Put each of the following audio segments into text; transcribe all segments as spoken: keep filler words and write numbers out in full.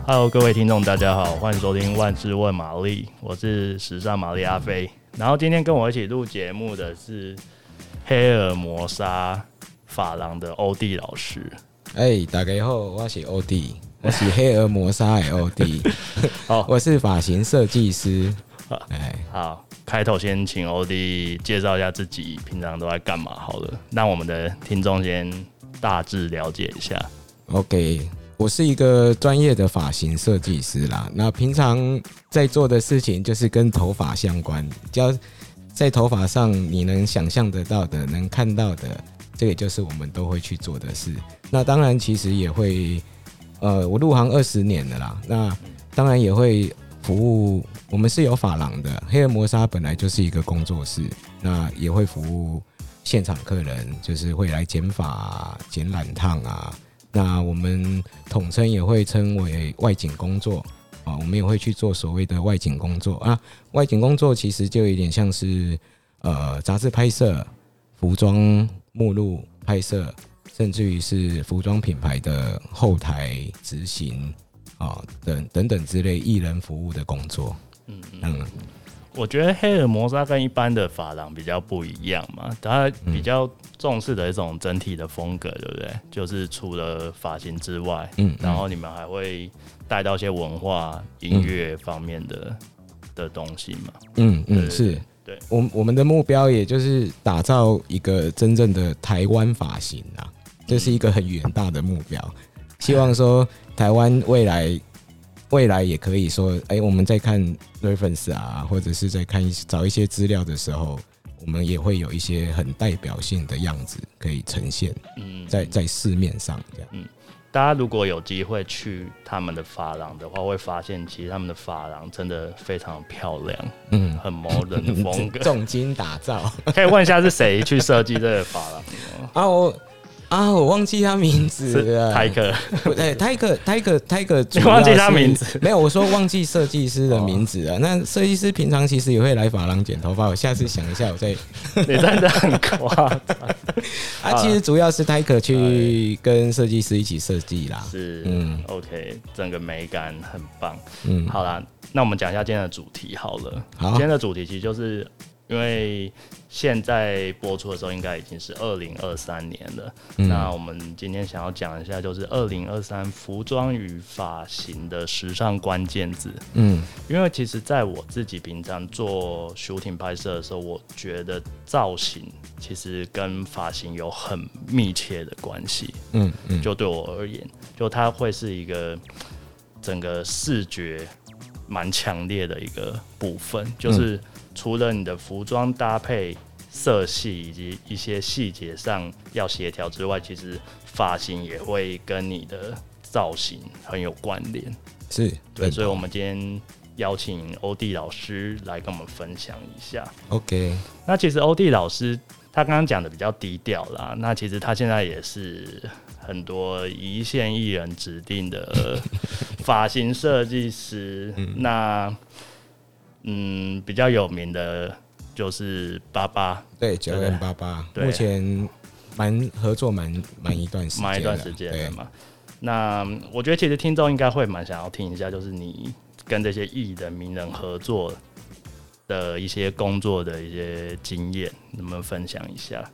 Hello， 各位听众，大家好，欢迎收听万事问玛丽，我是时尚玛丽阿飞。然后今天跟我一起录节目的是黑尔摩沙发廊的欧弟老师。 哎、欸，大家好，我是欧弟，我是黑尔摩沙的欧弟， 好， 我是发型设计师。 哎，好，开头先请欧弟介绍一下自己平常都在干嘛好了，让我们的听众先大致了解一下。 OK。我是一个专业的发型设计师啦，那平常在做的事情就是跟头发相关，只要在头发上你能想象得到的、能看到的，这个就是我们都会去做的事。那当然，其实也会，呃，我入行二十年了啦，那当然也会服务。我们是有发廊的，黑尔摩沙本来就是一个工作室，那也会服务现场客人，就是会来剪发、啊、剪染烫啊。那我们统称也会称为外景工作啊，我们也会去做所谓的外景工作啊。外景工作其实就有点像是呃杂志拍摄、服装目录拍摄，甚至于是服装品牌的后台执行啊等等等之类艺人服务的工作。嗯嗯。 我觉得黑尔摩沙跟一般的发廊比较不一样嘛，它比较重视的一种整体的风格，对不对？就是除了发型之外，嗯，然后你们还会带到一些文化、音乐方面的、嗯、的东西嘛。 嗯嗯，是。对，我我们的目标也就是打造一个真正的台湾发型啊，这是一个很远大的目标。希望说台湾未来。未来也可以说，哎、欸，我们在看 reference 啊，或者是在看找一些资料的时候，我们也会有一些很代表性的样子可以呈现，在在市面上这样。嗯， 大家如果有机会去他们的发廊的话，会发现其实他们的发廊真的非常漂亮，嗯，很modern的风格， 重金打造。 可以问一下是谁去设计这个发廊吗？ 啊，我。啊，我忘记他名字了。 泰克， 对，泰克，泰克，泰克， 你忘记他名字？ 没有，我说忘记设计师的名字了。那设计师平常其实也会来发廊剪头发，我下次想一下，我再。 你真的很夸张。 啊，其实主要是泰克去跟设计师一起设计啦。 是，嗯 ，OK， 整个美感很棒。嗯，好啦，那我们讲一下今天的主题好了。好，今天的主题其实就是。因为现在播出的时候应该已经是二零二三年了、嗯，那我们今天想要讲一下就是二零二三服装与发型的时尚关键字。嗯，因为其实在我自己平常做 shooting 拍摄的时候，我觉得造型其实跟发型有很密切的关系。嗯嗯，就对我而言，就它会是一个整个视觉蛮强烈的一个部分，就是、嗯。除了你的服装搭配、色系以及一些细节上要协调之外，其实发型也会跟你的造型很有关联。 是， 对，所以我们今天邀请欧弟老师来跟我们分享一下。 OK， 那其实欧弟老师他刚刚讲的比较低调啦，那其实他现在也是很多一线艺人指定的发型设计师。嗯、那嗯，比较有名的就是八八， 对，九人八八，目前蛮合作蛮蛮一段时间， 蛮一段时间了嘛。那我觉得其实听众应该会蛮想要听一下，就是你跟这些艺人名人合作的一些工作的一些经验，能不能分享一下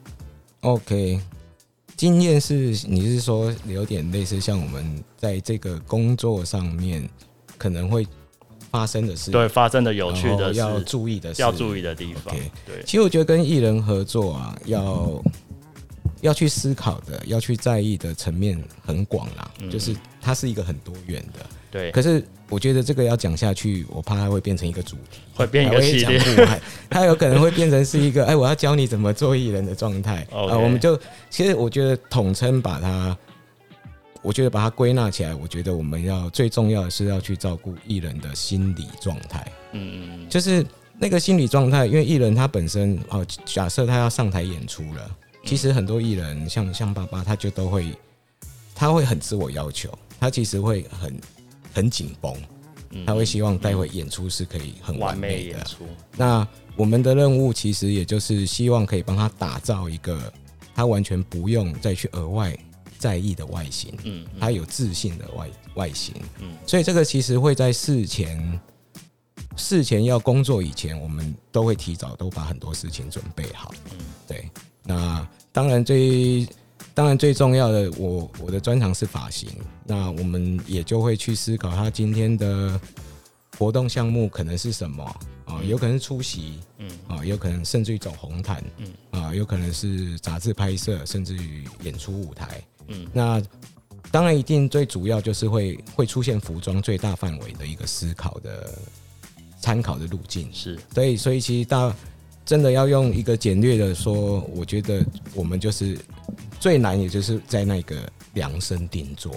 ？OK， 经验是你是说有点类似像我们在这个工作上面可能会。发生的事， 对发生的有趣的事， 要注意的事， 要注意的地方。 Okay. 对，其实我觉得跟艺人合作啊，要要去思考的，要去在意的层面很广啦、嗯，就是它是一个很多元的。 对， 可是我觉得这个要讲下去，我怕它会变成一个主题， 会变一个系列， 它有可能会变成是一个，哎，我要教你怎么做艺人的状态。啊、okay 呃，我们就其实我觉得统称把它。我觉得把它归纳起来，我觉得我们要最重要的是要去照顾艺人的心理状态。嗯，就是那个心理状态，因为艺人他本身哦，假设他要上台演出了，其实很多艺人像像爸爸，他就都会，他会很自我要求，他其实会很很紧绷，他会希望待会演出是可以很完美的。 演出。 那我们的任务其实也就是希望可以帮他打造一个，他完全不用再去额外在意的外形， 嗯，嗯他有自信的外外形， 嗯， 所以这个其实会在事前事前要工作以前，我们都会提早都把很多事情准备好，嗯，对。那当然最当然最重要的，我我的专长是发型，那我们也就会去思考他今天的活动项目可能是什么啊？有可能是出席，嗯啊，有可能甚至于走红毯，嗯啊，有可能是杂志拍摄，甚至于演出舞台，嗯。那当然，一定最主要就是会会出现服装最大范围的一个思考的参考的路径， 是。 所以，所以其实大真的要用一个简略的说，我觉得我们就是最难，也就是在那个量身定做。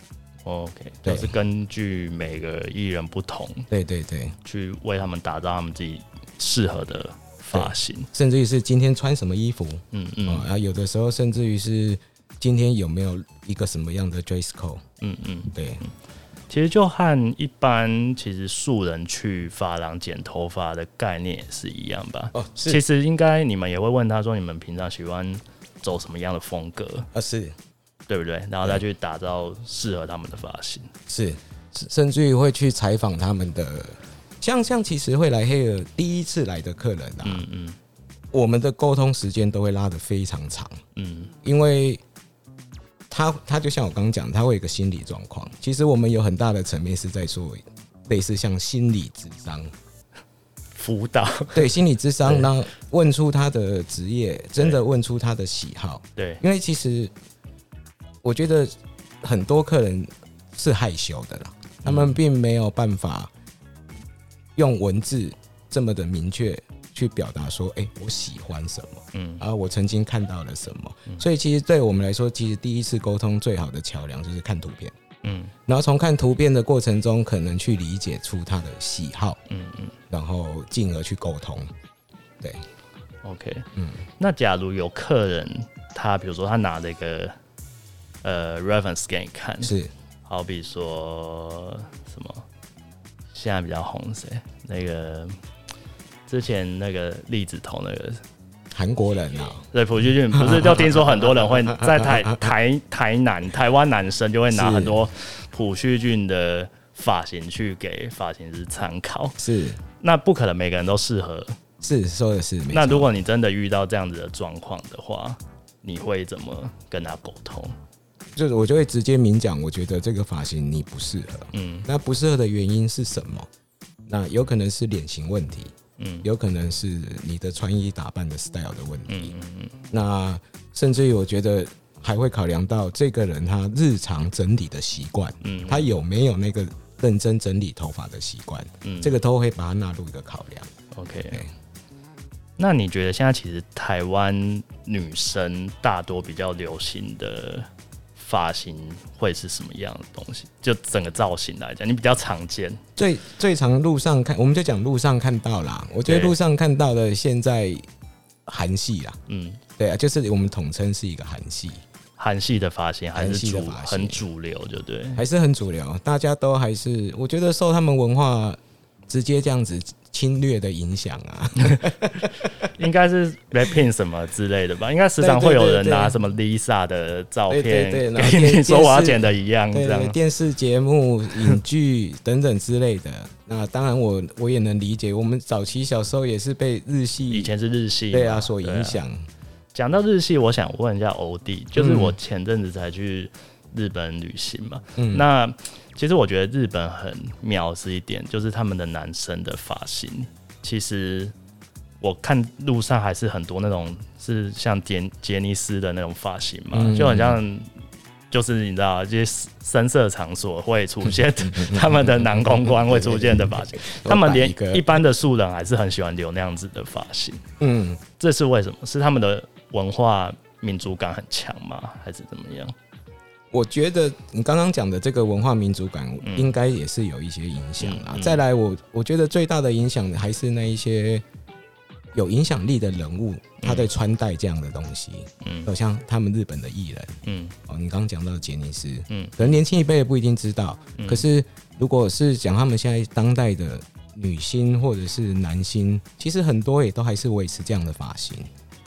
OK， 就是根据每个艺人不同， 对对对， 去为他们打造他们自己适合的发型， 甚至于是今天穿什么衣服， 嗯嗯， 啊、哦，有的时候甚至于是今天有没有一个什么样的 dress code， 嗯嗯， 对。 其实就和一般其实素人去发廊剪头发的概念也是一样吧？ 哦，是。 其实应该你们也会问他说，你们平常喜欢走什么样的风格？ 啊，是。 对不对？然后再去打造适合他们的发型， 是，甚至于会去采访他们的，像像其实会来黑尔第一次来的客人啊，嗯嗯，我们的沟通时间都会拉得非常长，嗯，因为他他就像我刚刚讲，他会有一个心理状况，其实我们有很大的层面是在做类似像心理咨商辅导， 对，心理咨商，然后问出他的职业，真的问出他的喜好， 对， 因为其实。我觉得很多客人是害羞的啦，他们并没有办法用文字这么的明确去表达说，哎、欸，我喜欢什么，嗯，啊，我曾经看到了什么，嗯、所以其实对我们来说，其实第一次沟通最好的桥梁就是看图片，嗯，然后从看图片的过程中，可能去理解出他的喜好，嗯嗯，然后进而去沟通，对 ，OK， 嗯，那假如有客人他比如说他拿了一个。呃 ，reference 给你看， 是， 好比说什么，现在比较红谁？那个之前那个栗子头那个韩国人啊， 对，朴叙俊，不是就听说很多人会在台台台南台湾男生就会拿很多朴叙俊的发型去给发型师参考， 是， 那不可能每个人都适合， 是说的是， 那如果你真的遇到这样子的状况的话，你会怎么跟他沟通？ 就是我就会直接明讲，我觉得这个发型你不适合。嗯，那不适合的原因是什么？那有可能是脸型问题，嗯，有可能是你的穿衣打扮的 style 的问题。嗯嗯嗯。那甚至于我觉得还会考量到这个人他日常整理的习惯，嗯，他有没有那个认真整理头发的习惯，嗯，这个都会把它纳入一个考量。 OK。那你觉得现在其实台湾女生大多比较流行的？发型会是什么样的东西？就整个造型来讲，你比较常见。 最最常路上看，我们就讲路上看到啦。我觉得路上看到的现在韩系啦，嗯，对啊，就是我们统称是一个韩系。 韩系的发型还是主很主流，就对， 还是很主流。大家都还是，我觉得受他们文化直接这样子侵略的影响啊， 应该是 Blackpink 什么之类的吧？应该时常会有人拿什么 Lisa 的照片给你说我要剪的一样，这样电视节目、影剧等等之类的。那当然我，我我也能理解，我们早期小时候也是被日系， 以前是日系， 对啊所影响。 讲到日系，我想问一下欧弟，就是我前阵子才去日本旅行嘛，嗯、那。其实我觉得日本很妙是一点，就是他们的男生的发型，其实我看路上还是很多那种是像杰杰尼斯的那种发型嘛，嗯、就很像，就是你知道这些声色场所会出现他们的男公关会出现的发型，他们连一般的素人还是很喜欢留那样子的发型。嗯，这是为什么？是他们的文化民族感很强吗？还是怎么样？ 我觉得你刚刚讲的这个文化民族感，应该也是有一些影响啦。嗯嗯、再来我，我我觉得最大的影响还是那一些有影响力的人物，他在穿戴这样的东西。嗯，好像他们日本的艺人，嗯，哦，你刚刚讲到杰尼斯，嗯，可能年轻一辈也不一定知道。嗯、可是如果是讲他们现在当代的女星或者是男星，其实很多也都还是维持这样的发型。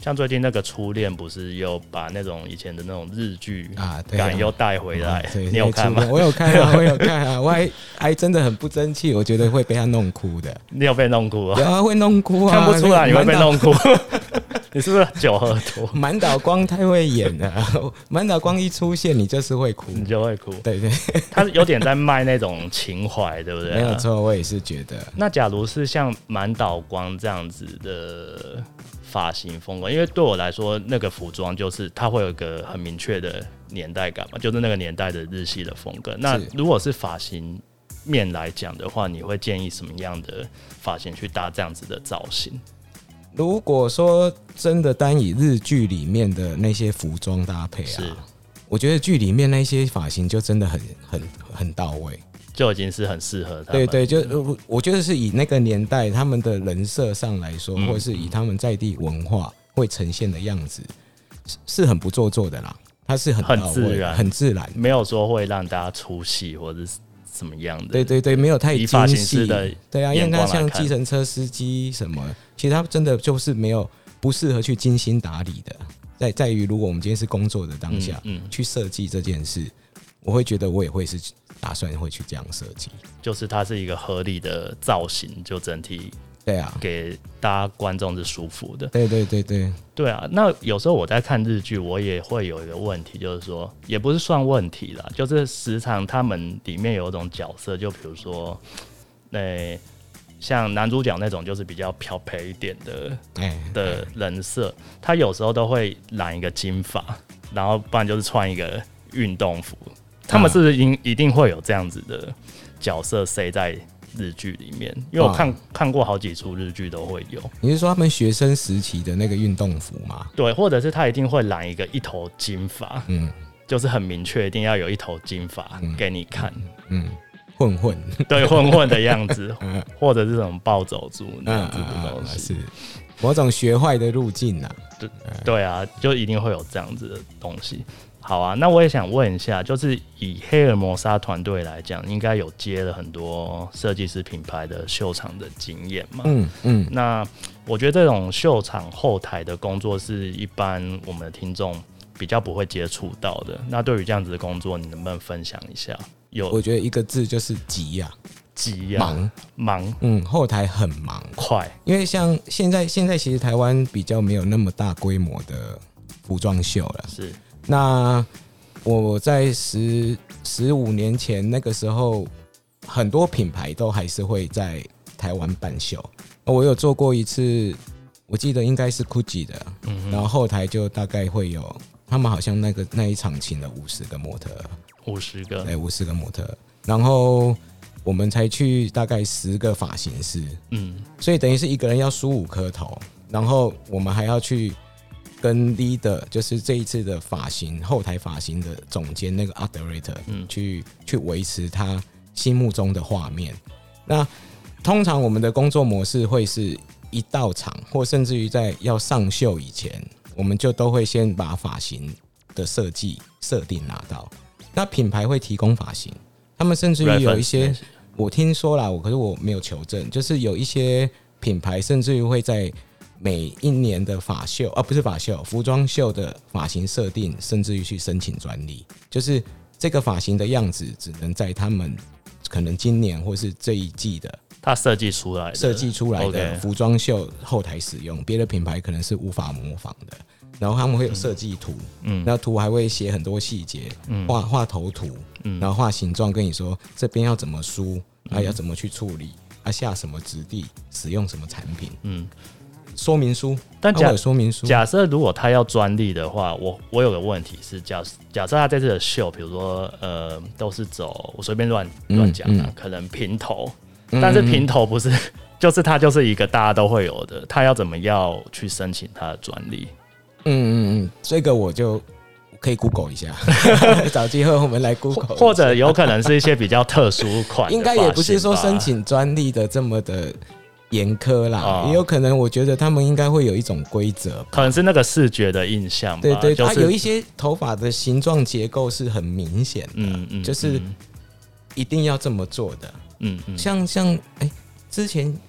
像最近那个初恋不是又把那种以前的那种日剧啊感又带回来、啊嗯、 你有看吗？ 我有看啊，我有看啊，我还还真的很不争气，我觉得会被他弄哭的。 你有被弄哭啊？ 有啊，会弄哭啊， 看不出来你会被弄哭。你是不是酒喝多？ 满岛光太会演了，满岛光一出现，你就是会哭， 你就会哭。 对对， 他有点在卖那种情怀，对不对？ 没有错，我也是觉得。 那假如是像满岛光这样子的发型风格，因为对我来说，那个服装就是它会有一个很明确的年代感嘛，就是那个年代的日系的风格。那如果是发型面来讲的话，你会建议什么样的发型去搭这样子的造型？ 如果说真的单以日剧里面的那些服装搭配啊，我觉得剧里面那些发型就真的很很很到位， 就已经是很适合他们。 对对，就我觉得是以那个年代他们的人设上来说，嗯、或是以他们在地文化会呈现的样子，是很不做作的啦。它是很到位很自然， 很自然， 没有说会让大家出戏或者是什么样的。 对对对，没有太精细的。 对啊，因为他像计程车司机什么，其实他真的就是没有不适合去精心打理的。在在于，如果我们今天是工作的当下，嗯嗯、去设计这件事，我会觉得我也会是打算会去这样设计， 就是它是一个合理的造型，就整体对啊， 给大家观众是舒服的。 对对对对对啊。那有时候我在看日剧，我也会有一个问题，就是说也不是算问题啦，就是时常他们里面有一种角色，就比如说，呃，像男主角那种就是比较漂培一点的、欸、的人设，他有时候都会染一个金发，然后不然就是穿一个运动服。他们是不是一一定会有这样子的角色塞在日剧里面？因为我看、啊、看过好几出日剧都会有。 你是说他们学生时期的那个运动服吗？ 对，或者是他一定会染一个一头金发，嗯，就是很明确，一定要有一头金发给你看， 嗯，嗯混混， 对，混混的样子，或者是这种暴走族那样子的东西， 是某种学坏的路径啊。 对，对啊，就一定会有这样子的东西。好啊，那我也想问一下，就是以黑尔摩沙团队来讲，应该有接了很多设计师品牌的秀场的经验嘛？嗯嗯。那我觉得这种秀场后台的工作是一般我们的听众比较不会接触到的。那对于这样子的工作，你能不能分享一下？有， 我觉得一个字就是急呀、啊， 急呀、啊， 忙忙。 嗯，后台很忙， 快。因为像现在现在其实台湾比较没有那么大规模的服装秀了， 是。 那我在十十五年前那个时候，很多品牌都还是会在台湾办秀。我有做过一次，我记得应该是 Gucci 的，嗯、然后后台就大概会有，他们好像那个那一场请了五十个模特， 五十个， 对，五十个模特，然后我们才去大概十个发型师，嗯，所以等于是一个人要梳五颗头，然后我们还要去。跟 leader 就是这一次的发型后台发型的总监那个 art director、嗯、去去维持他心目中的画面。那通常我们的工作模式会是一到场，或甚至于在要上秀以前，我们就都会先把发型的设计设定拿到。那品牌会提供发型，他们甚至于有一些，我听说啦，我可是我没有求证，就是有一些品牌甚至于会在每一年的发秀啊，不是发秀，服装秀的发型设定，甚至于去申请专利，就是这个发型的样子只能在他们可能今年或是这一季的他设计出来的设计出来的服装秀后台使用，别的品牌可能是无法模仿的。然后他们会有设计图，嗯，那图还会写很多细节，画画头图，嗯，然后画形状，跟你说这边要怎么梳，啊要怎么去处理，啊下什么质地，使用什么产品，嗯。说明书， 但假、 啊、有说明书。 假设如果他要专利的话，我我有个问题是，假假设他这次的秀，比如说呃，都是走我随便乱乱讲的，可能平头，嗯、但是平头不是，就是它就是一个大家都会有的，他要怎么要去申请他的专利？ 嗯嗯嗯，这个我就可以 Google 一下，找机会我们来 Google， 或者有可能是一些比较特殊款， 应该也不是说申请专利的这么的。严苛啦、哦，也有可能，我觉得他们应该会有一种规则， 可能是那个视觉的印象吧。 对对， 就是、 它有一些头发的形状结构是很明显的，嗯嗯，就是一定要这么做的。嗯嗯，像像哎、欸，之前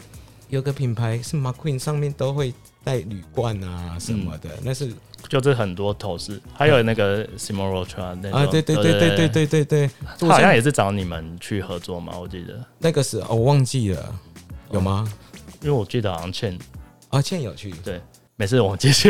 有个品牌是 McQueen 上面都会带铝罐啊什么的，嗯、那是就是很多头饰，还有那个 Simon Rocha 那种啊，对对对对对对对对， 他好像也是找你们去合作嘛，我记得那个是、哦、我忘记了，有吗？ 因为我记得好像倩啊倩有去， 对。没事，我们继续。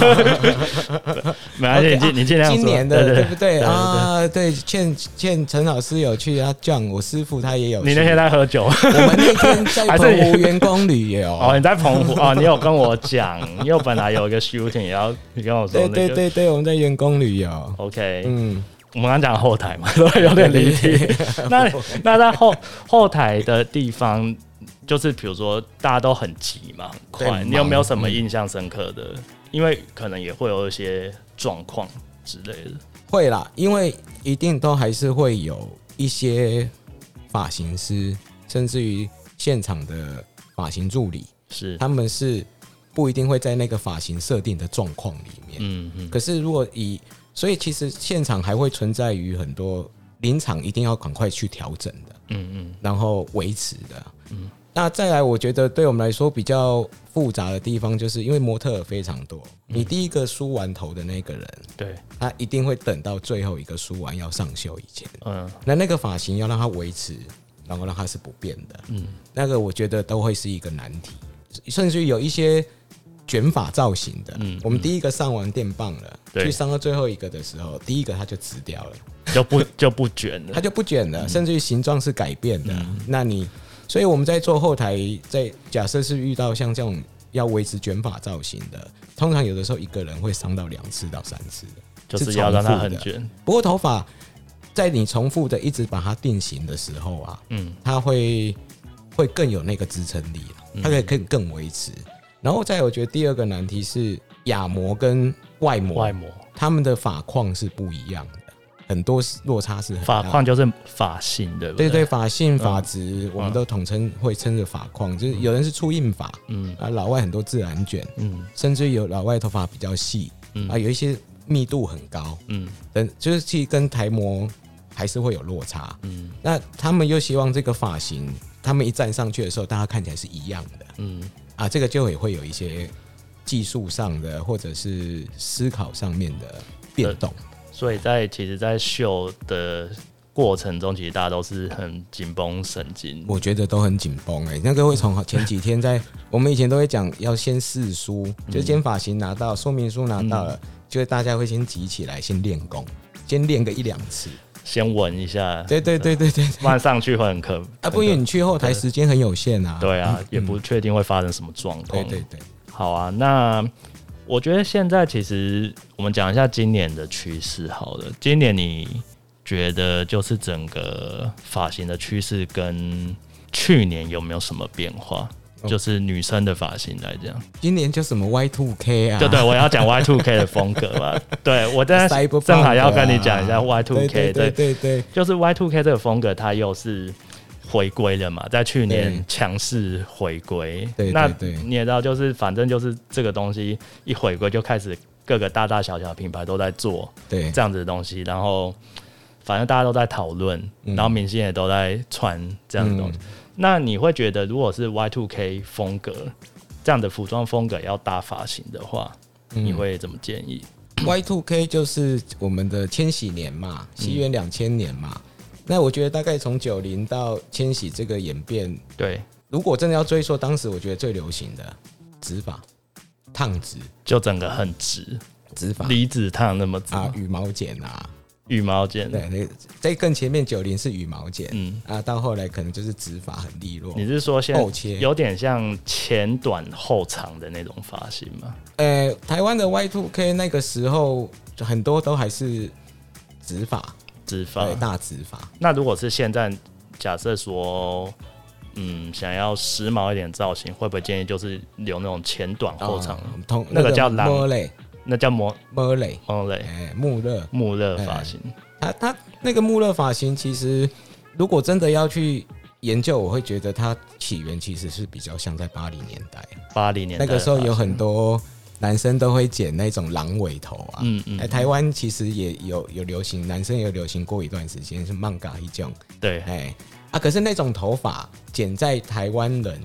没关系，你你尽量说。 今年的 对, 对不对, 对, 对, 对啊？对，倩倩陈老师有去啊 ，John 我师傅他也有去。 你那天在喝酒？ 我们那天在澎湖员工旅游。 哦，你在澎湖哦？你有跟我讲，因为我本来有一个 shooting 也要你跟我说、那個。 对对对对，我们在员工旅游。 OK， 嗯，我们刚讲后台嘛，都有点离题。那那在后后台的地方。就是比如说大家都很急嘛，很快，你有没有什么印象深刻的？嗯、因为可能也会有一些状况之类的。 会啦，因为一定都还是会有一些发型师，甚至于现场的发型助理， 是他们是不一定会在那个发型设定的状况里面。嗯嗯。可是如果以，所以其实现场还会存在于很多临场一定要赶快去调整的，嗯嗯，然后维持的，嗯。那再来，我觉得对我们来说比较复杂的地方，就是因为模特儿非常多，嗯、你第一个梳完头的那个人， 对， 他一定会等到最后一个梳完要上秀以前，嗯，那那个发型要让它维持，然后让它是不变的，嗯，那个我觉得都会是一个难题，甚至于有一些卷发造型的，嗯，我们第一个上完电棒了，去上到最后一个的时候，第一个它就直掉了， 就不就不卷了， 它就不卷了，嗯、甚至于形状是改变的，嗯、那你。所以我们在做后台，在假设是遇到像这种要维持卷发造型的，通常有的时候一个人会伤到两次到三次的， 就是要让它很卷。 不过头发在你重复的一直把它定型的时候啊，嗯，它会会更有那个支撑力，它可以更更维持。然后再我觉得第二个难题是亚模跟外模， 外模他们的发况是不一样的。很多落差是很大， 发框就是发性，对不对？ 对对，发性、发质，嗯、我们都统称会称着发框。就是有人是粗硬发，嗯，啊，老外很多自然卷，嗯，甚至有老外头发比较细，嗯，啊，有一些密度很高，嗯，等就是其实跟台模还是会有落差，嗯，那他们又希望这个发型，他们一站上去的时候，大家看起来是一样的，嗯，啊，这个就也会有一些技术上的或者是思考上面的变动。 所以在其实，在秀的过程中，其实大家都是很紧绷神经。 我觉得都很紧绷哎，那个会从前几天在我们以前都会讲要先试梳，嗯、就是先发型拿到，说明书拿到了，嗯、就是大家会先集起来，先练功，先练个一两次， 先闻一下。 对对对对 对, 对， 不然上去会很可啊，不因为你去后台时间很有限啊。 对啊，嗯、也不确定会发生什么状况。 对对对， 好啊，那。我觉得现在其实我们讲一下今年的趋势好了。今年你觉得就是整个发型的趋势跟去年有没有什么变化？哦、就是女生的发型来讲， 今年就什么 Y 二 K 啊？ 对对，我要讲 Y 二 K 的风格嘛。对，我正好要跟你讲一下 Y 二 K。 对对对对， 就是 Y 二 K 这个风格，它又是。回归了嘛，在去年强势回归，那你也知道，就是反正就是这个东西一回归，就开始各个大大小小的品牌都在做这样子的东西，然后反正大家都在讨论，嗯、然后明星也都在穿这样的东西。嗯、那你会觉得，如果是 Y 二 K 风格这样的服装风格要搭发型的话，嗯、你会怎么建议 ？Y 二 K 就是我们的千禧年嘛，西元两千年嘛。嗯那我觉得大概从九零到千禧这个演变， 对， 如果真的要追溯，当时我觉得最流行的直发、烫直， 就整个很直， 直发离子烫那么直啊，羽毛剪啊， 羽毛剪， 对，在更前面九零是羽毛剪，嗯啊，到后来可能就是直发很利落。 你是说现在有点像前短后长的那种发型吗？ 呃，台湾的 Y 二 K 那个时候很多都还是直发。 直发， 对，大直发。 那如果是现在，假设说，嗯，想要时髦一点造型，会不会建议就是留那种前短后长？ 哦、 那个叫莫雷， 那叫莫莫雷， 莫雷， 哎，穆勒， 穆勒发型。 他他那个穆勒发型，其实如果真的要去研究，我会觉得它起源其实是比较像在八零年代。 八零年代那个时候有很多。男生都会剪那种狼尾头啊，嗯嗯，台湾其实也有有流行，男生也有流行过一段时间是漫嘎一种， 对， 哎啊，可是那种头发剪在台湾人哦，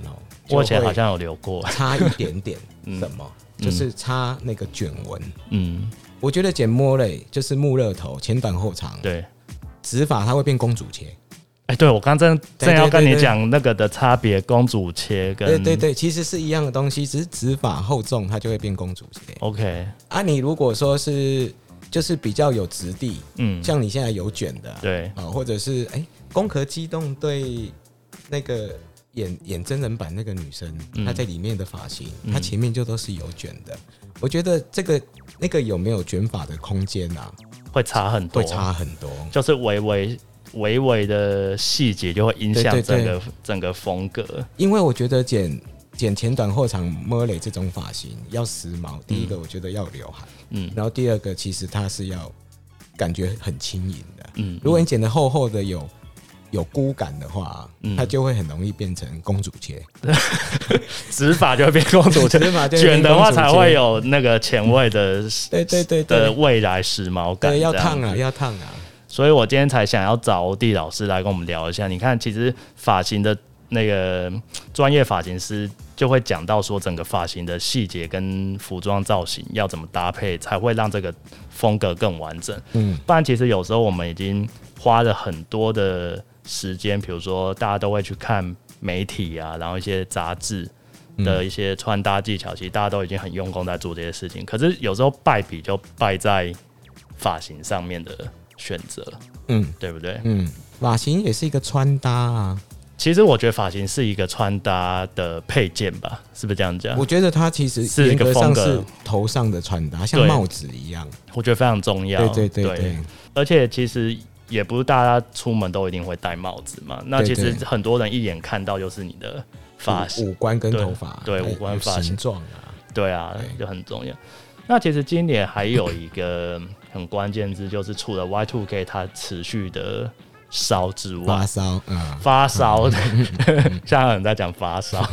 我以前好像有留过， 差一点点什么，嗯、就是差那个卷纹。嗯，我觉得剪莫雷就是木勒头，前短后长， 对， 直发它会变公主切。 哎、欸，对我刚正正要跟你讲那个的差别，公主切跟对对对，其实是一样的东西，只是直发厚重，它就会变公主切。 OK， 啊，你如果说是就是比较有质地，嗯，像你现在有卷的， 对啊，或者是哎，攻壳机动对那个演演真人版那个女生，嗯、她在里面的发型，嗯、她前面就都是有卷的。我觉得这个那个有没有卷发的空间啊， 会差很多， 会差很多， 就是微微。微微的细节就会影响整个对对对整个风格， 因为我觉得剪剪前短后长莫雷这种发型要时髦，嗯、第一个我觉得要刘海，嗯，然后第二个其实它是要感觉很轻盈的，嗯，如果你剪得厚厚的有有箍感的话，嗯、它就会很容易变成公主切， 直发就会变公主切，卷的话才会有那个前卫的， 对对对的未来时髦感， 对，要烫啊，要烫啊。 所以我今天才想要找欧弟老师来跟我们聊一下。你看，其实发型的那个专业发型师就会讲到说，整个发型的细节跟服装造型要怎么搭配，才会让这个风格更完整。嗯，不然其实有时候我们已经花了很多的时间，比如说大家都会去看媒体啊，然后一些杂志的一些穿搭技巧，其实大家都已经很用功在做这些事情。可是有时候败笔就败在发型上面的选择，嗯，对不对？ 嗯，发型也是一个穿搭啊。 其实我觉得发型是一个穿搭的配件吧，是不是这样讲？ 我觉得它其实是一个风格， 是头上的穿搭，像帽子一样， 我觉得非常重要。 对对 对, 对， 而且其实也不是大家出门都一定会戴帽子嘛。那其实很多人一眼看到就是你的发型、 五官跟头发， 对五官发型形状啊， 对啊，对就很重要。那其实今年还有一个很关键字，就是除了 Y 二 K 它持续的烧之外， 发烧，嗯， 发烧的，现在有人在讲发烧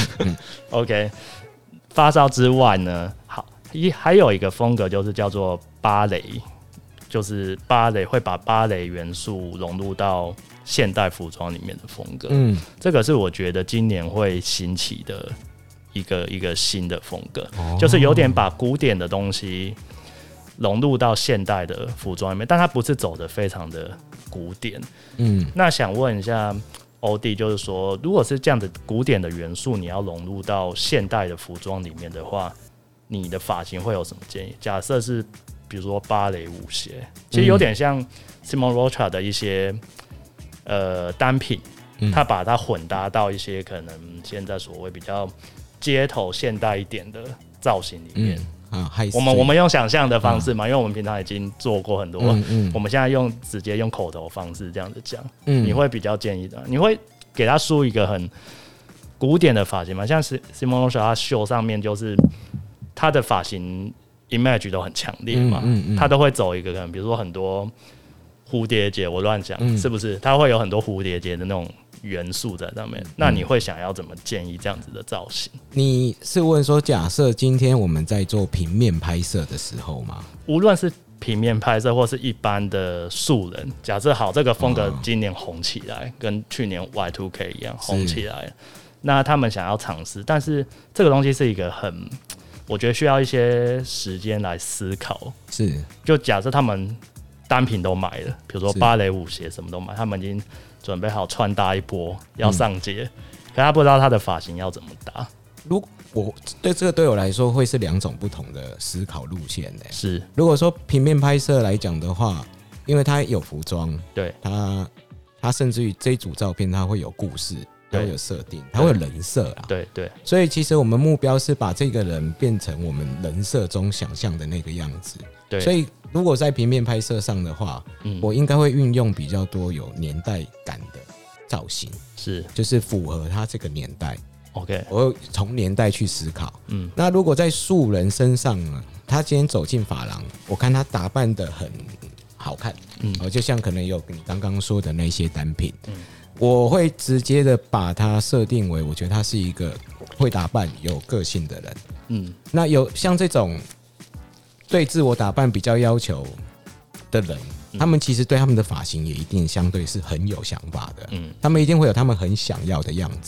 ，OK， 发烧之外呢，好，还有一个风格就是叫做芭蕾，就是芭蕾会把芭蕾元素融入到现代服装里面的风格，嗯，这个是我觉得今年会兴起的。一个一个新的风格，哦、就是有点把古典的东西融入到现代的服装里面，但它不是走的非常的古典。嗯，那想问一下欧弟，就是说，如果是这样的古典的元素，你要融入到现代的服装里面的话，你的发型会有什么建议？假设是比如说芭蕾舞鞋，其实有点像 Simone Rocha 的一些呃单品，他把它混搭到一些可能现在所谓比较街头现代一点的造型里面，嗯啊、我们我们用想象的方式嘛、嗯，因为我们平常已经做过很多，嗯嗯、我们现在用直接用口头方式这样子讲、嗯，你会比较建议的，你会给他梳一个很古典的发型吗？像 Simone Rocha 他秀上面就是他的发型 image 都很强烈嘛，嗯嗯嗯、他都会走一个可能比如说很多蝴蝶结，我乱想、嗯、是不是？他会有很多蝴蝶结的那种元素在上面，那你会想要怎么建议这样子的造型？ 你是问说，假设今天我们在做平面拍摄的时候吗？ 无论是平面拍摄或是一般的素人，假设好这个风格今年红起来，跟去年 Y 二 K 一样红起来，那他们想要尝试，但是这个东西是一个很，我觉得需要一些时间来思考。 是， 就假设他们单品都买了，比如说芭蕾舞鞋什么都买，他们已经准备好穿搭一波要上街、嗯，可他不知道他的发型要怎么搭。 如果我对这个对我来说会是两种不同的思考路线呢、欸。 是， 如果说平面拍摄来讲的话，因为它有服装， 对， 它它甚至于这一组照片它会有故事，它会有设定，它会有人设啊。 对 对, 对， 所以其实我们目标是把这个人变成我们人设中想象的那个样子。 对， 所以如果在平面拍摄上的话、嗯，我应该会运用比较多有年代感的造型， 是， 就是符合他这个年代。 OK， 我会从年代去思考。嗯，那如果在素人身上呢，他今天走进发廊，我看他打扮得很好看，嗯，就像可能有你刚刚说的那些单品，嗯，我会直接的把它设定为，我觉得他是一个会打扮、有个性的人。嗯，那有像这种对自我打扮比较要求的人，嗯、他们其实对他们的发型也一定相对是很有想法的。嗯，他们一定会有他们很想要的样子。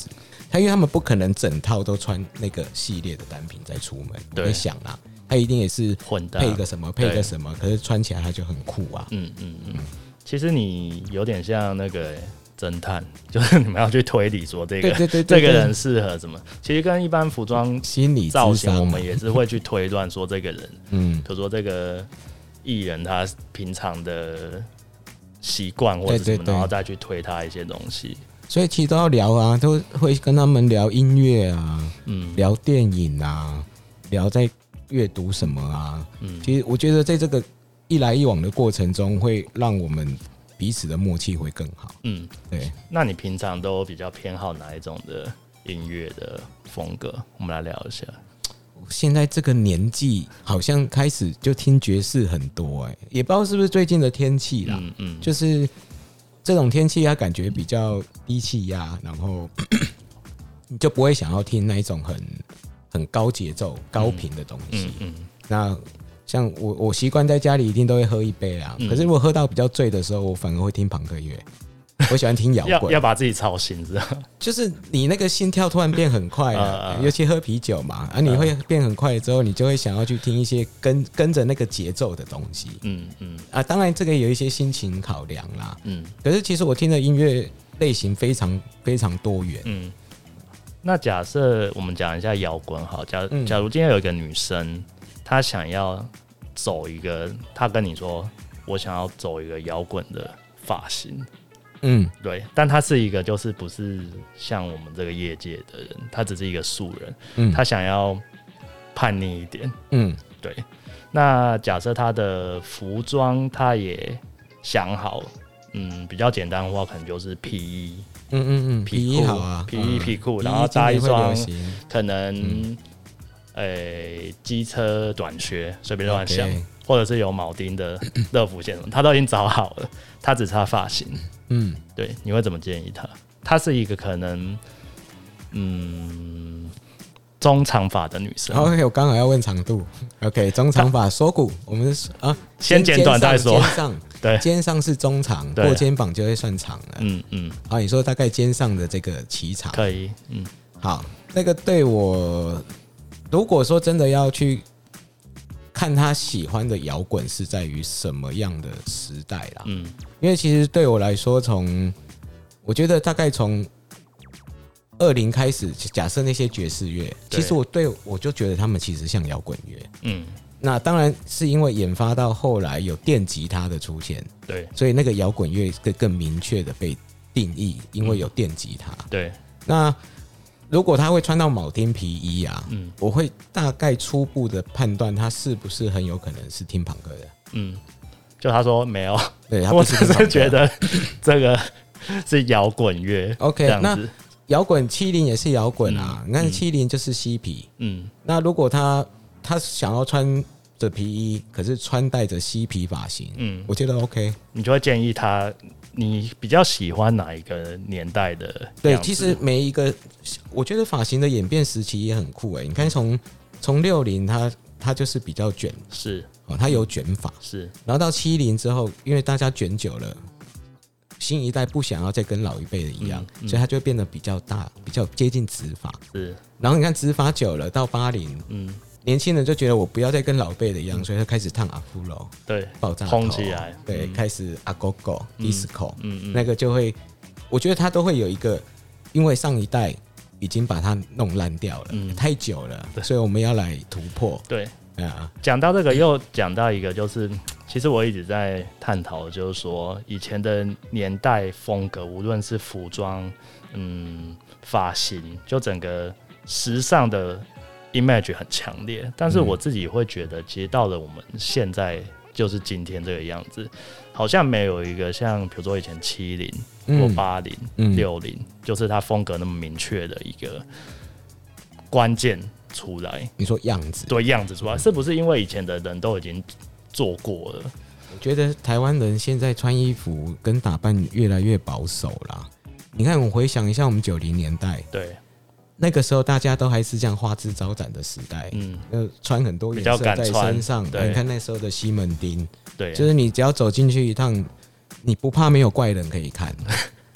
他因为他们不可能整套都穿那个系列的单品再出门，你会想啦，他一定也是配个什么配个什么，可是穿起来他就很酷啊。 嗯嗯嗯。其实你有点像那个侦探，就是你们要去推理说这个对对对对这个人适合什么。其实跟一般服装心理造型，我们也是会去推断说这个人，嗯，比如说这个艺人他平常的习惯或者什么，对对对，然后再去推他一些东西。 所以其实都要聊啊，都会跟他们聊音乐啊，嗯，聊电影啊，聊在阅读什么啊。嗯，其实我觉得在这个一来一往的过程中，会让我们彼此的默契会更好。嗯，对。 那你平常都比较偏好哪一种的音乐的风格？我们来聊一下。 现在这个年纪，好像开始就听爵士很多、欸，哎，也不知道是不是最近的天气啦。嗯嗯，就是这种天气，它感觉比较低气压，然后你就不会想要听那一种很很高节奏、高频的东西。嗯嗯嗯，那像我，我习惯在家里一定都会喝一杯啊。嗯、可是如果喝到比较醉的时候，我反而会听朋克乐。我喜欢听摇滚， 要, 要把自己吵醒，知道？ 就是你那个心跳突然变很快了，尤其喝啤酒嘛，啊，你会变很快之后，你就会想要去听一些跟跟着那个节奏的东西。嗯嗯，啊，当然这个有一些心情考量啦。嗯，可是其实我听的音乐类型非常非常多元。嗯， 那假设我们讲一下摇滚好，假如、嗯、假如今天有一个女生，她想要走一个，她跟你说，我想要走一个摇滚的发型。嗯，对，但他是一个就是不是像我们这个业界的人，他只是一个素人，嗯，他想要叛逆一点，嗯，对。那假设他的服装他也想好，嗯，比较简单的话，可能就是皮衣， 嗯嗯嗯，皮衣好啊， 皮衣皮裤，然后搭一双可能，诶，机车短靴，随便乱想， okay. 或者是有铆钉的乐福线，他都已经找好了，他只差发型。嗯，对，你会怎么建议他？她是一个可能，嗯，中长发的女生。 OK， 我刚好要问长度。OK， 中长发锁骨，我们啊， 先简短再说。 肩上，对，肩上是中长，过肩膀就会算长了。嗯嗯。好，你说大概肩上的这个齐长， 可以。嗯，好， 那个对我，如果说真的要去看他喜欢的摇滚是在于什么样的时代啦，嗯，因为其实对我来说，从我觉得大概从二零开始，假设那些爵士乐，其实我对我就觉得他们其实像摇滚乐，嗯，那当然是因为研发到后来有电吉他的出现，对，所以那个摇滚乐更更明确的被定义，因为有电吉他，嗯、对，那。如果他会穿到铆钉皮衣啊，嗯，我会大概初步的判断他是不是很有可能是听朋克的。嗯， 就他说没有，对，他不是我只是觉得这个是摇滚乐。 OK， 那摇滚七零也是摇滚啊，你看七零就是嬉皮，嗯，那如果他他想要穿着皮衣，可是穿戴着嬉皮发型，嗯，我觉得 OK， 你就会建议他。你比较喜欢哪一个年代的样子？ 对，其实每一个，我觉得发型的演变时期也很酷哎、欸。你看从从六零，它它就是比较卷，是哦，它有卷发，是。然后到七零之后，因为大家卷久了，新一代不想要再跟老一辈的一样，嗯嗯、所以它就会变得比较大，比较接近直发。是。然后你看直发久了，到八零，嗯。年轻人就觉得我不要再跟老辈的一样，所以他开始烫阿夫罗，对，爆炸头， 蓬起来， 对，嗯、开始阿狗狗、disco，嗯嗯，那个就会，我觉得他都会有一个，因为上一代已经把它弄烂掉了，嗯、太久了，所以我们要来突破。 对，啊，讲到这个又讲到一个，就是其实我一直在探讨，就是说以前的年代风格，无论是服装、嗯，发型，就整个时尚的。image 很强烈，但是我自己会觉得，其实到了我们现在就是今天这个样子，好像没有一个像比如说以前七零或八零、六零，就是它风格那么明确的一个关键出来。 你说样子， 对，样子出来，是不是因为以前的人都已经做过了？ 我觉得台湾人现在穿衣服跟打扮越来越保守啦。你看，我回想一下我们九零年代，对。那个时候大家都还是这样花枝招展的时代，嗯，穿很多颜色在身上。你看那时候的西门町，对，就是你只要走进去一趟，你不怕没有怪人可以看。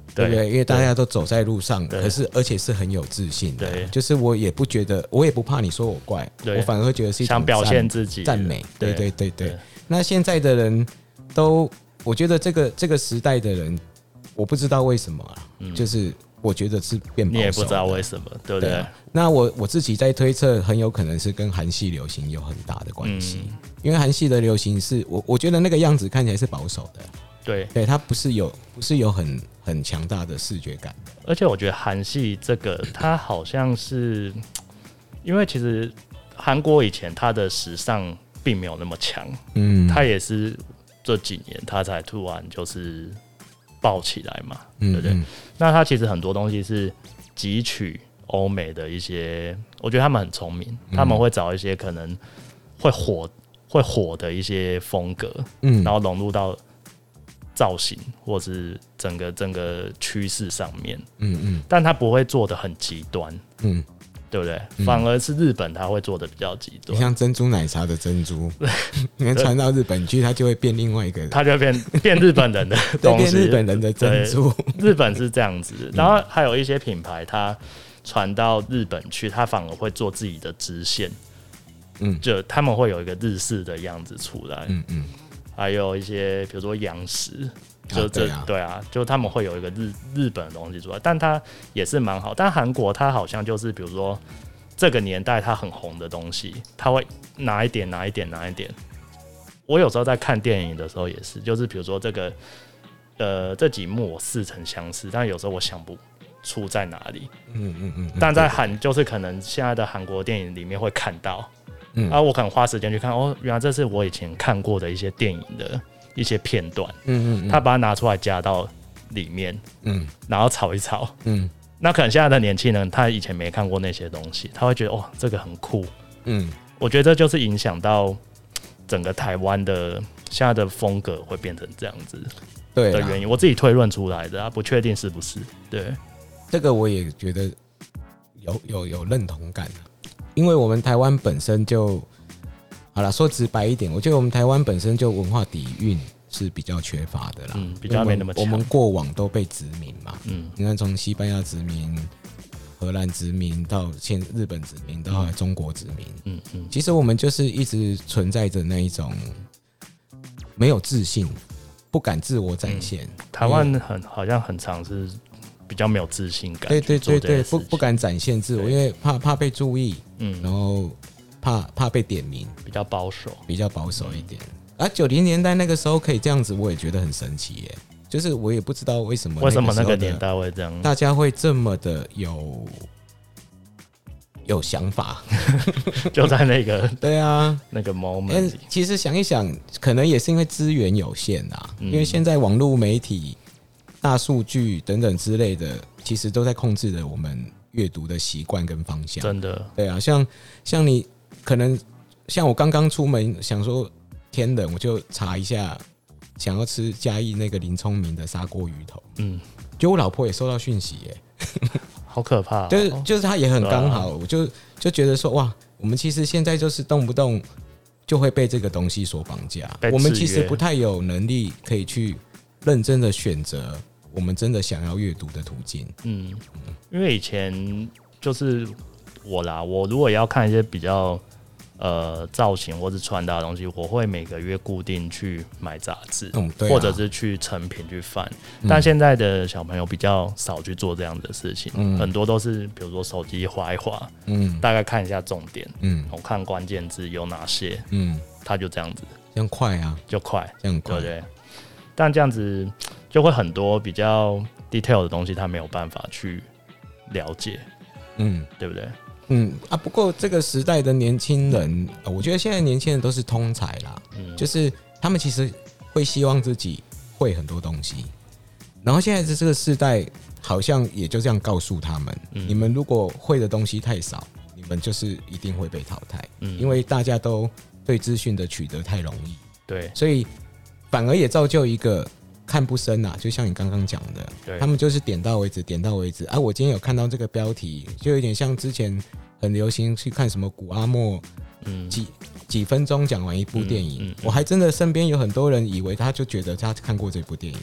对不对？因为大家都走在路上，可是而且是很有自信的。对，就是我也不觉得，我也不怕你说我怪，我反而会觉得是一种想表现自己赞美。对对对对。那现在的人都，我觉得这个这个时代的人，我不知道为什么啊，嗯、就是我觉得是变保守的。 你也不知道为什么，对不对？对啊、 那我我自己在推测，很有可能是跟韩系流行有很大的关系，嗯、因为韩系的流行是我我觉得那个样子看起来是保守的。 对， 对，它不是有不是有很很强大的视觉感， 而且我觉得韩系这个，它好像是因为其实韩国以前它的时尚并没有那么强，嗯，它也是这几年它才突然就是爆起来嘛，嗯、对不对？嗯、那它其实很多东西是汲取欧美的一些，我觉得他们很聪明，嗯、他们会找一些可能会火会火的一些风格，嗯，然后融入到造型或是整个整个趋势上面，嗯嗯，但他不会做的很极端，嗯，对不对？嗯、反而是日本他会做的比较极端， 你像珍珠奶茶的珍珠，你传到日本去，它就会变另外一个人， 它就会变变日本人的东西， 变日本人的珍珠。 日本是这样子，然后还有一些品牌，它传到日本去，它反而会做自己的支线，嗯，就他们会有一个日式的样子出来，嗯嗯。还有一些，比如说洋食，就这、啊对, 啊、对啊，就他们会有一个日日本的东西出来，但它也是蛮好。但韩国它好像就是，比如说这个年代它很红的东西，它会拿一点、拿一点、拿一点。我有时候在看电影的时候也是，就是比如说这个呃这几幕我似曾相识，但有时候我想不出在哪里。嗯嗯嗯。但在韩就是可能现在的韩国电影里面会看到。嗯、啊，我可能花时间去看，哦，原来这是我以前看过的一些电影的一些片段，嗯嗯嗯，他把它拿出来加到里面，嗯，然后炒一炒，嗯，那可能现在的年轻人他以前没看过那些东西，他会觉得哦，这个很酷，嗯，我觉得这就是影响到整个台湾的现在的风格会变成这样子的原因，我自己推论出来的，啊，不确定是不是，对， 这个我也觉得有有有认同感。因为我们台湾本身就好了，说直白一点，我觉得我们台湾本身就文化底蕴是比较缺乏的啦， 嗯，比较没那么强。 我们过往都被殖民嘛，嗯，你看从西班牙殖民、荷兰殖民到现日本殖民到后来中国殖民，嗯嗯，其实我们就是一直存在着那一种没有自信、不敢自我展现。 嗯、台湾很好像很常是。比较没有自信感， 对对对对，不不敢展现自我，因为怕怕被注意，嗯，然后怕怕被点名， 比较保守， 比较保守一点。嗯、啊，九零年代那个时候可以这样子，我也觉得很神奇耶。就是我也不知道为什么， 为什么那个年代会这样， 大家会这么的有有想法， 就在那个对啊那个 moment。 其实想一想，可能也是因为资源有限啊，嗯、因为现在网络媒体。大数据等等之类的，其实都在控制着我们阅读的习惯跟方向。 真的， 对啊，像像你可能像我刚刚出门想说天冷，我就查一下，想要吃嘉义那个林聪明的砂锅鱼头。嗯，就我老婆也收到讯息耶， 好可怕、哦。 就是就是她也很刚好，我就就觉得说哇，我们其实现在就是动不动就会被这个东西所绑架，我们其实不太有能力可以去认真的选择。我们真的想要阅读的途径，嗯， 因为以前就是我啦，我如果要看一些比较呃造型或是穿搭的东西，我会每个月固定去买杂志，嗯啊、或者是去成品去翻。嗯、但现在的小朋友比较少去做这样的事情，嗯、很多都是比如说手机滑一滑，嗯，大概看一下重点，嗯，我看关键字有哪些，嗯，他就这样子， 这样快啊， 就快， 这样快， 对不对？但这样子就会很多比较 detail 的东西，他没有办法去了解，嗯，对不对？ 嗯啊，不过这个时代的年轻人，我觉得现在年轻人都是通才啦，嗯，就是他们其实会希望自己会很多东西，然后现在的这个世代好像也就这样告诉他们，嗯、你们如果会的东西太少，你们就是一定会被淘汰，嗯，因为大家都对资讯的取得太容易， 对， 所以。反而也造就一个看不深啊，就像你刚刚讲的，他们就是点到为止，点到为止啊。我今天有看到这个标题，就有点像之前很流行去看什么古阿莫，嗯，几几分钟讲完一部电影，嗯嗯嗯、我还真的身边有很多人以为他就觉得他看过这部电影了，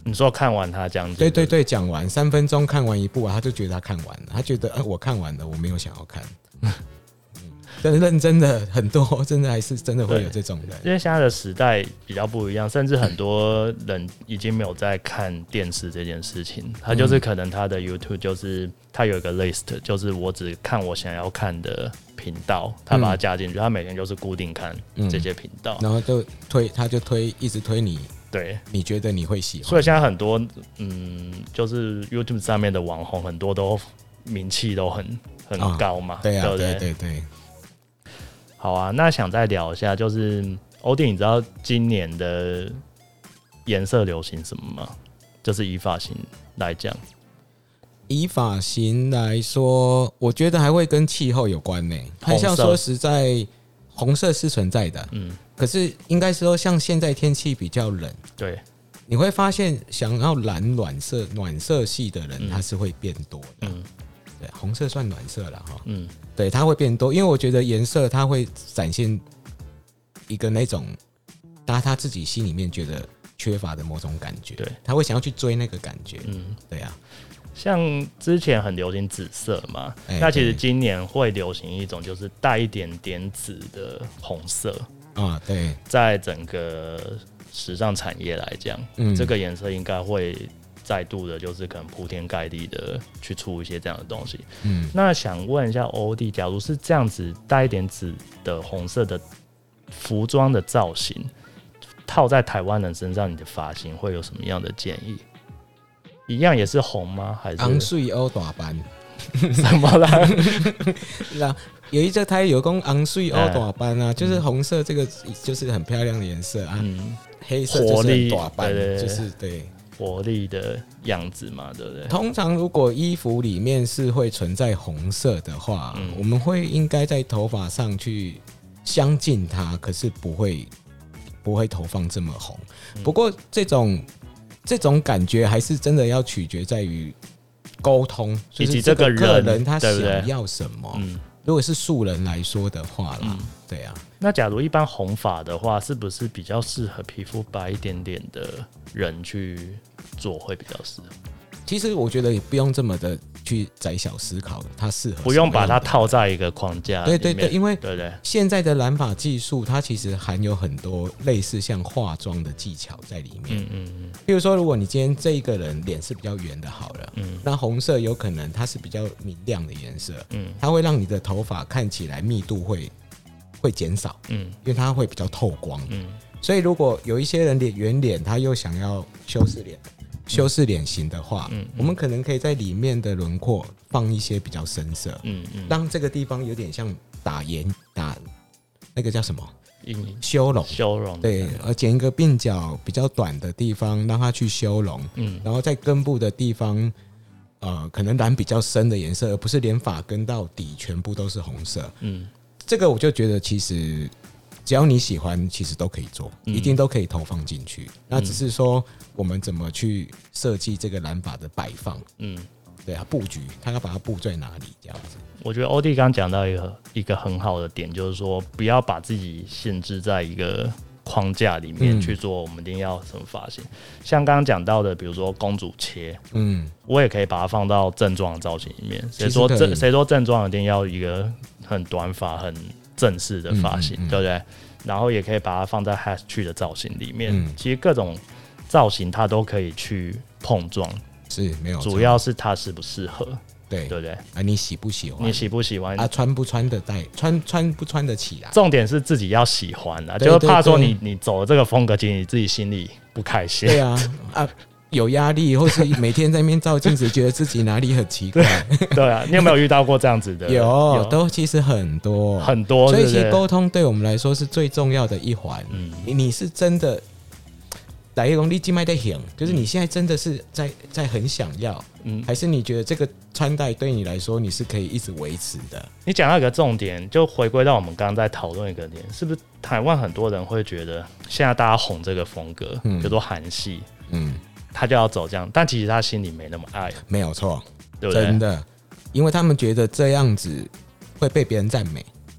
你说看完他这样子？ 对对对，讲完三分钟看完一部啊，他就觉得他看完了，他觉得、呃、我看完了，我没有想要看。但认真的很多，真的还是真的会有这种人。 因为现在的时代比较不一样，甚至很多人已经没有在看电视这件事情，他就是可能他的 YouTube 就是他有一个 list， 就是我只看我想要看的频道，他把它加进去，他每天就是固定看这些频道、 嗯，然后就推，他就推，一直推你。 对， 你觉得你会喜欢？ 所以现在很多嗯，就是 YouTube 上面的网红，很多都名气都很很高嘛， 哦、对啊， 对不对？ 对对对。 好啊，那想再聊一下，就是欧弟，你知道今年的颜色流行什么吗？就是以发型来讲， 以发型来说，我觉得还会跟气候有关呢、欸。还像说实在，红色是存在的，嗯，可是应该说，像现在天气比较冷， 对， 你会发现想要蓝暖色暖色系的人，他是会变多的，嗯。对，红色算暖色了哈，嗯，对，它会变多，因为我觉得颜色它会展现一个那种，他他自己心里面觉得缺乏的某种感觉，对，他会想要去追那个感觉，嗯，对啊， 像之前很流行紫色嘛，欸、那其实今年会流行一种就是带一点点紫的红色啊，对， 在整个时尚产业来讲，嗯，这个颜色应该会。再度的，就是可能铺天盖地的去出一些这样的东西。嗯，那想问一下欧弟，假如是这样子带一点紫的红色的服装的造型，套在台湾人身上，你的发型会有什么样的建议？一样也是红吗？还是昂水欧大班？ 什么啦？ 那有一个台有讲昂水欧大班啊，就是红色这个就是很漂亮的颜色啊，嗯、黑色就是很大班，就是对。 活力的样子嘛，对不对？ 通常如果衣服里面是会存在红色的话，嗯、我们会应该在头发上去相近它，可是不会不会头放这么红。嗯、不过这种这种感觉还是真的要取决在于沟通， 以及这个人他想要什么。嗯、如果是素人来说的话啦，嗯、对啊。 那假如一般红发的话，是不是比较适合皮肤白一点点的人去做会比较适合？ 其实我觉得也不用这么的去窄小思考，它适合不用把它套在一个框架里面。 对对对，因为对对， 现在的染发技术它其实含有很多类似像化妆的技巧在里面。嗯嗯嗯。比如说，如果你今天这一个人脸是比较圆的，好了，嗯，那红色有可能它是比较明亮的颜色，嗯，它会让你的头发看起来密度会。会减少，嗯，因为它会比较透光，嗯，所以如果有一些人脸圆脸，他又想要修饰脸、修饰脸型的话，嗯，我们可能可以在里面的轮廓放一些比较深色，嗯嗯，让这个地方有点像打眼打那个叫什么修容， 修容， 对，而剪一个鬓角比较短的地方，让它去修容，嗯，然后在根部的地方，呃，可能染比较深的颜色，而不是连发根到底全部都是红色，嗯。这个我就觉得，其实只要你喜欢，其实都可以做，一定都可以投放进去。嗯、那只是说我们怎么去设计这个染发的摆放，嗯，对啊，布局，他要把它布在哪里，这样子。 我觉得欧弟刚刚讲到一个一个很好的点，就是说不要把自己限制在一个框架里面去做，我们一定要什么发型。嗯、像刚刚讲到的，比如说公主切，嗯，我也可以把它放到正装的造型里面。谁说正谁说正装一定要一个很短发、很正式的发型，嗯嗯嗯对不对？然后也可以把它放在 hash 去的造型里面。嗯、其实各种造型它都可以去碰撞， 是没有， 主要是它适不适合。 对对不对？ 啊，你喜不喜欢？ 你喜不喜欢？ 啊，穿不穿得带？穿穿不穿得起来？ 重点是自己要喜欢啊，就是怕说你你走了这个风格，其实你自己心里不开心。 对啊，啊，有压力，或是每天在那边照镜子，觉得自己哪里很奇怪。 对啊，你有没有遇到过这样子的？ 有，有都其实很多很多， 所以其实沟通对我们来说是最重要的一环。嗯，你是真的。来一种你静脉在想，就是你现在真的是在在很想要，嗯，还是你觉得这个穿戴对你来说你是可以一直维持的？ 你讲到一个重点，就回归到我们刚刚在讨论一个点，是不是台湾很多人会觉得现在大家红这个风格，嗯，比如说韩系，嗯，他就要走这样，但其实他心里没那么爱， 没有错， 对不对？ 真的，因为他们觉得这样子会被别人赞美，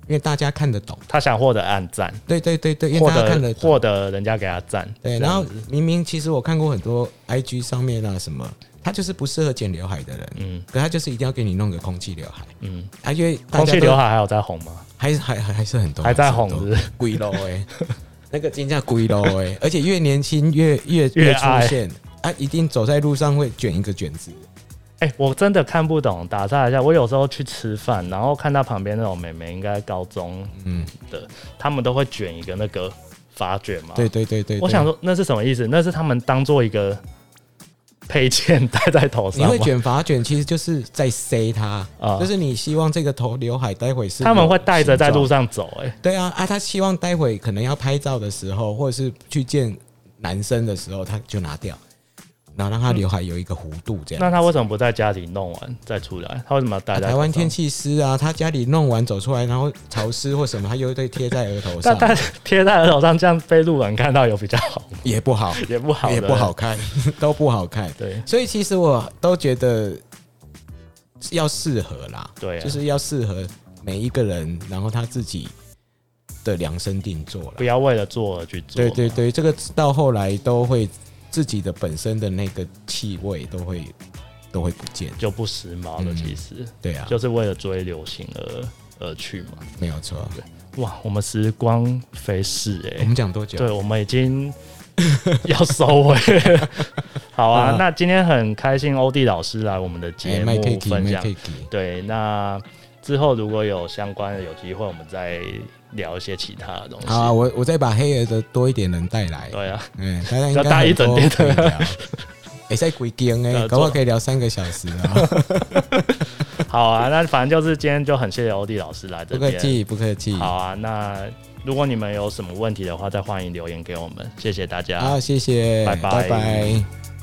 因为大家看得懂， 他想获得按赞， 对对对对，因为大家看得获得人家给他赞， 对。然后明明其实我看过很多 I G 上面啊什么，他就是不适合剪刘海的人，嗯，可他就是一定要给你弄个空气刘海，嗯，啊，因为空气刘海还有在红吗？ 还还还还是很多， 还在红，是不是？ 贵咯哎，那个金价贵咯哎，而且越年轻越越越出现啊，一定走在路上会卷一个卷子。 哎、欸，我真的看不懂。打岔一下，我有时候去吃饭，然后看到旁边那种妹妹，应该高中的，嗯、他们都会卷一个那个发卷嘛。 对对对 对, 对。 我想说那是什么意思？那是他们当做一个配件戴在头上。 你会卷发卷，其实就是在塞它，嗯、就是你希望这个头刘海待会是他们会带着在路上走、欸。哎， 对啊啊，他希望待会可能要拍照的时候，或者是去见男生的时候，他就拿掉。然后让他刘海有一个弧度，这样、嗯。 那他为什么不在家里弄完再出来？他为什么要戴在头上？ 台湾天气湿啊，他家里弄完走出来，然后潮湿或什么，他又会贴在额头上。 但贴在额头上，这样被路人看到有比较好吗？ 也不好， 也不好， 也不好看，都不好看。 对， 所以其实我都觉得要适合啦， 对、啊， 就是要适合每一个人，然后他自己的量身定做了， 不要为了做而去做。 对对对，这个到后来都会。自己的本身的那个气味都会都会不见， 就不时髦了。其实、嗯， 对啊， 就是为了追流行而而去嘛， 没有错。 哇，我们时光飞逝哎、欸， 我们讲多久？ 对，我们已经要收尾了。好啊，啊那今天很开心，欧弟老师来我们的节目分享。对，那之后如果有相关的有机会，我们再聊一些其他的东西。 好，我我再把黑鹅的多一点人带来。 对啊， 嗯，大家应该要带一整天的聊。 哎，在鬼间哎，搞不好可以聊三个小时啊。 好啊，那反正就是今天就很谢谢欧弟老师来这边。 不客气，不客气。 好啊，那如果你们有什么问题的话，再欢迎留言给我们。谢谢大家。 好，谢谢， 拜拜。 拜拜。